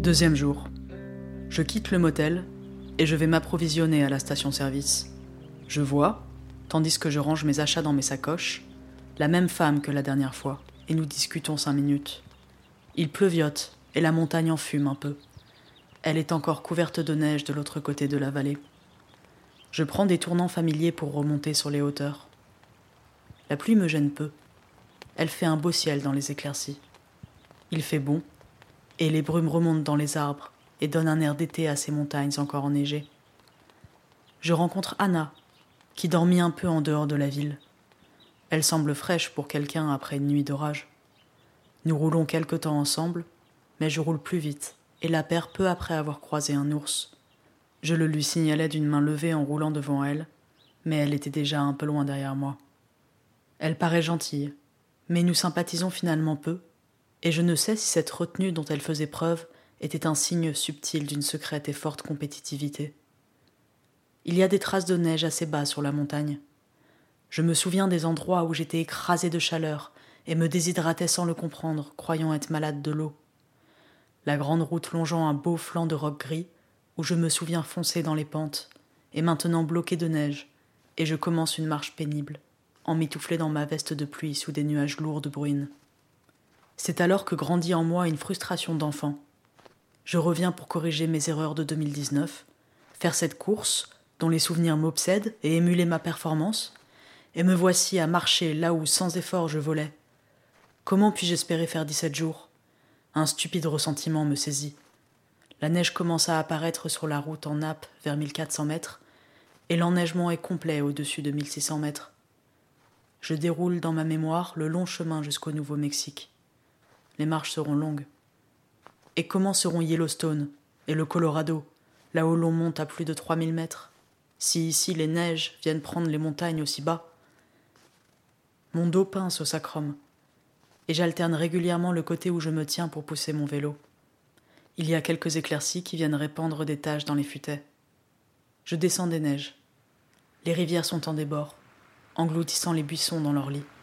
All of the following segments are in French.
Deuxième jour. Je quitte le motel et je vais m'approvisionner à la station-service. Je vois, tandis que je range mes achats dans mes sacoches, la même femme que la dernière fois, et nous discutons 5 minutes. Il pleuviote et la montagne en fume un peu. Elle est encore couverte de neige de l'autre côté de la vallée. Je prends des tournants familiers pour remonter sur les hauteurs. La pluie me gêne peu. Elle fait un beau ciel dans les éclaircies. Il fait bon, et les brumes remontent dans les arbres et donnent un air d'été à ces montagnes encore enneigées. Je rencontre Anna, qui dormit un peu en dehors de la ville. Elle semble fraîche pour quelqu'un après une nuit d'orage. Nous roulons quelque temps ensemble, mais je roule plus vite et la perds peu après avoir croisé un ours. Je le lui signalais d'une main levée en roulant devant elle, mais elle était déjà un peu loin derrière moi. Elle paraît gentille, mais nous sympathisons finalement peu, et je ne sais si cette retenue dont elle faisait preuve était un signe subtil d'une secrète et forte compétitivité. Il y a des traces de neige assez bas sur la montagne. Je me souviens des endroits où j'étais écrasé de chaleur et me déshydratais sans le comprendre, croyant être malade de l'eau. La grande route longeant un beau flanc de roc gris, où je me souviens foncer dans les pentes, est maintenant bloquée de neige, et je commence une marche pénible, emmitouflé dans ma veste de pluie sous des nuages lourds de bruine. C'est alors que grandit en moi une frustration d'enfant. Je reviens pour corriger mes erreurs de 2019, faire cette course dont les souvenirs m'obsèdent et émuler ma performance, et me voici à marcher là où sans effort je volais. Comment puis-je espérer faire 17 jours ? Un stupide ressentiment me saisit. La neige commence à apparaître sur la route en nappe vers 1400 mètres, et l'enneigement est complet au-dessus de 1600 mètres. Je déroule dans ma mémoire le long chemin jusqu'au Nouveau-Mexique. Les marches seront longues. Et comment seront Yellowstone et le Colorado, là où l'on monte à plus de 3000 mètres, si ici les neiges viennent prendre les montagnes aussi bas ? Mon dos pince au sacrum, et j'alterne régulièrement le côté où je me tiens pour pousser mon vélo. Il y a quelques éclaircies qui viennent répandre des taches dans les futaies. Je descends des neiges. Les rivières sont en débord, engloutissant les buissons dans leur lit.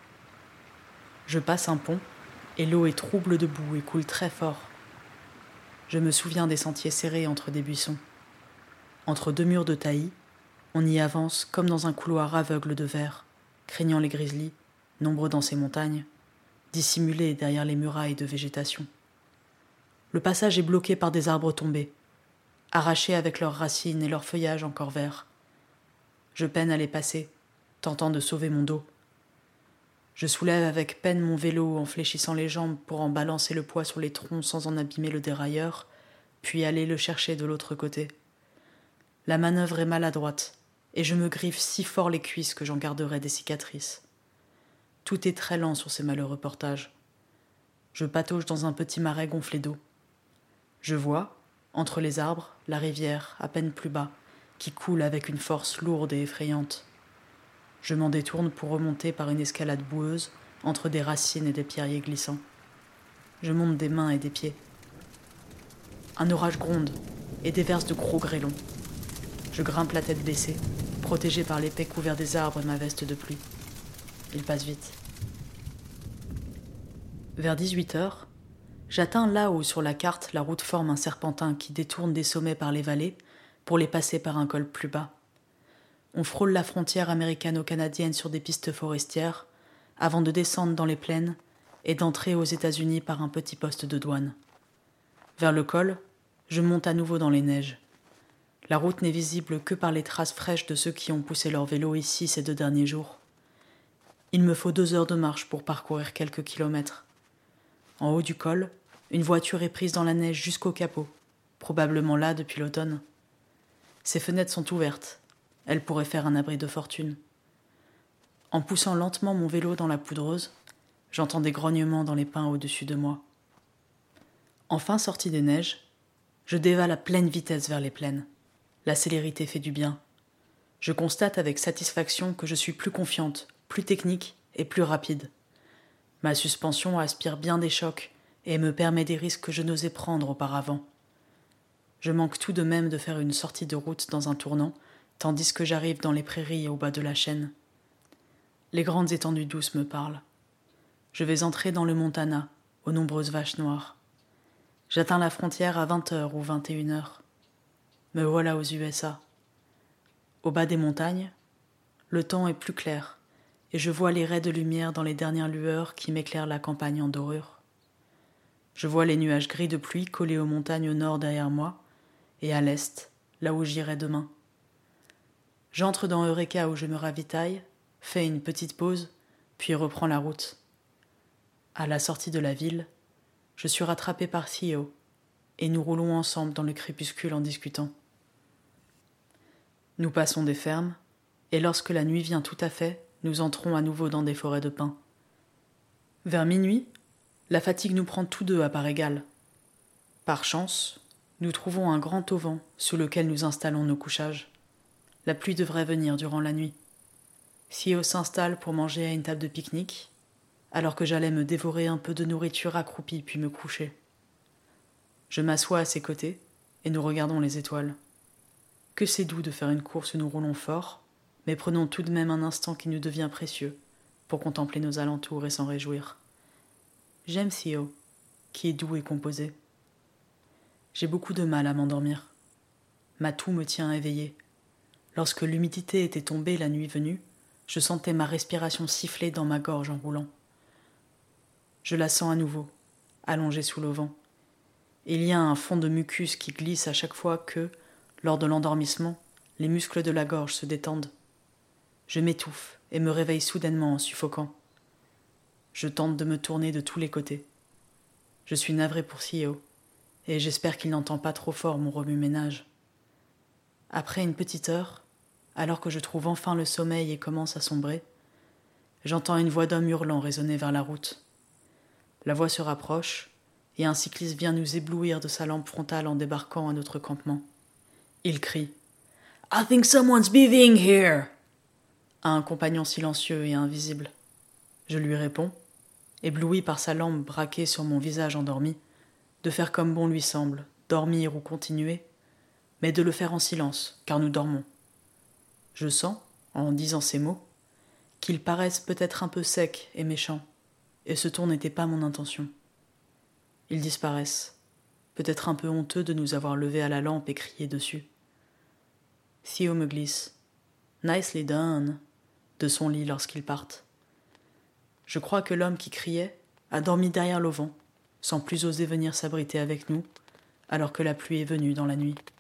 Je passe un pont, et l'eau est trouble de boue et coule très fort. Je me souviens des sentiers serrés entre des buissons. Entre deux murs de taillis, on y avance comme dans un couloir aveugle de verre, craignant les grizzlies, nombreux dans ces montagnes, dissimulés derrière les murailles de végétation. Le passage est bloqué par des arbres tombés, arrachés avec leurs racines et leurs feuillages encore verts. Je peine à les passer, tentant de sauver mon dos. Je soulève avec peine mon vélo en fléchissant les jambes pour en balancer le poids sur les troncs sans en abîmer le dérailleur, puis aller le chercher de l'autre côté. La manœuvre est maladroite, et je me griffe si fort les cuisses que j'en garderai des cicatrices. Tout est très lent sur ces malheureux portages. Je patauge dans un petit marais gonflé d'eau. Je vois, entre les arbres, la rivière, à peine plus bas, qui coule avec une force lourde et effrayante. Je m'en détourne pour remonter par une escalade boueuse entre des racines et des pierriers glissants. Je monte des mains et des pieds. Un orage gronde et déverse de gros grêlons. Je grimpe la tête baissée, protégée par l'épais couvert des arbres et ma veste de pluie. Il passe vite. Vers 18h, j'atteins là où sur la carte la route forme un serpentin qui détourne des sommets par les vallées pour les passer par un col plus bas. On frôle la frontière américano-canadienne sur des pistes forestières avant de descendre dans les plaines et d'entrer aux États-Unis par un petit poste de douane. Vers le col, je monte à nouveau dans les neiges. La route n'est visible que par les traces fraîches de ceux qui ont poussé leur vélo ici ces 2 derniers jours. Il me faut 2 heures de marche pour parcourir quelques kilomètres. En haut du col, une voiture est prise dans la neige jusqu'au capot, probablement là depuis l'automne. Ses fenêtres sont ouvertes. Elle pourrait faire un abri de fortune. En poussant lentement mon vélo dans la poudreuse, j'entends des grognements dans les pins au-dessus de moi. Enfin sorti des neiges, je dévale à pleine vitesse vers les plaines. La célérité fait du bien. Je constate avec satisfaction que je suis plus confiante, plus technique et plus rapide. Ma suspension aspire bien des chocs et me permet des risques que je n'osais prendre auparavant. Je manque tout de même de faire une sortie de route dans un tournant, tandis que j'arrive dans les prairies au bas de la chaîne. Les grandes étendues douces me parlent. Je vais entrer dans le Montana, aux nombreuses vaches noires. J'atteins la frontière à 20h ou 21h. Me voilà aux USA. Au bas des montagnes, le temps est plus clair et je vois les raies de lumière dans les dernières lueurs qui m'éclairent la campagne en dorure. Je vois les nuages gris de pluie collés aux montagnes au nord derrière moi et à l'est, là où j'irai demain. J'entre dans Eureka où je me ravitaille, fais une petite pause, puis reprends la route. À la sortie de la ville, je suis rattrapé par Theo et nous roulons ensemble dans le crépuscule en discutant. Nous passons des fermes et lorsque la nuit vient tout à fait, nous entrons à nouveau dans des forêts de pins. Vers minuit, la fatigue nous prend tous deux à part égale. Par chance, nous trouvons un grand auvent sous lequel nous installons nos couchages. La pluie devrait venir durant la nuit. Theo s'installe pour manger à une table de pique-nique, alors que j'allais me dévorer un peu de nourriture accroupie puis me coucher. Je m'assois à ses côtés et nous regardons les étoiles. Que c'est doux de faire une course où nous roulons fort, mais prenons tout de même un instant qui nous devient précieux pour contempler nos alentours et s'en réjouir. J'aime Theo, qui est doux et composé. J'ai beaucoup de mal à m'endormir. Ma toux me tient éveillée. Lorsque l'humidité était tombée la nuit venue, je sentais ma respiration siffler dans ma gorge en roulant. Je la sens à nouveau, allongée sous l'auvent. Il y a un fond de mucus qui glisse à chaque fois que, lors de l'endormissement, les muscles de la gorge se détendent. Je m'étouffe et me réveille soudainement en suffoquant. Je tente de me tourner de tous les côtés. Je suis navré pour Theo, et j'espère qu'il n'entend pas trop fort mon remue-ménage. Après une petite heure, alors que je trouve enfin le sommeil et commence à sombrer, j'entends une voix d'homme hurlant résonner vers la route. La voix se rapproche, et un cycliste vient nous éblouir de sa lampe frontale en débarquant à notre campement. Il crie « I think someone's breathing here !» à un compagnon silencieux et invisible. Je lui réponds, ébloui par sa lampe braquée sur mon visage endormi, de faire comme bon lui semble, dormir ou continuer, mais de le faire en silence, car nous dormons. Je sens, en disant ces mots, qu'ils paraissent peut-être un peu secs et méchants, et ce ton n'était pas mon intention. Ils disparaissent, peut-être un peu honteux de nous avoir levés à la lampe et crié dessus. Theo me glisse « Nicely done » de son lit lorsqu'ils partent. Je crois que l'homme qui criait a dormi derrière l'auvent, sans plus oser venir s'abriter avec nous, alors que la pluie est venue dans la nuit.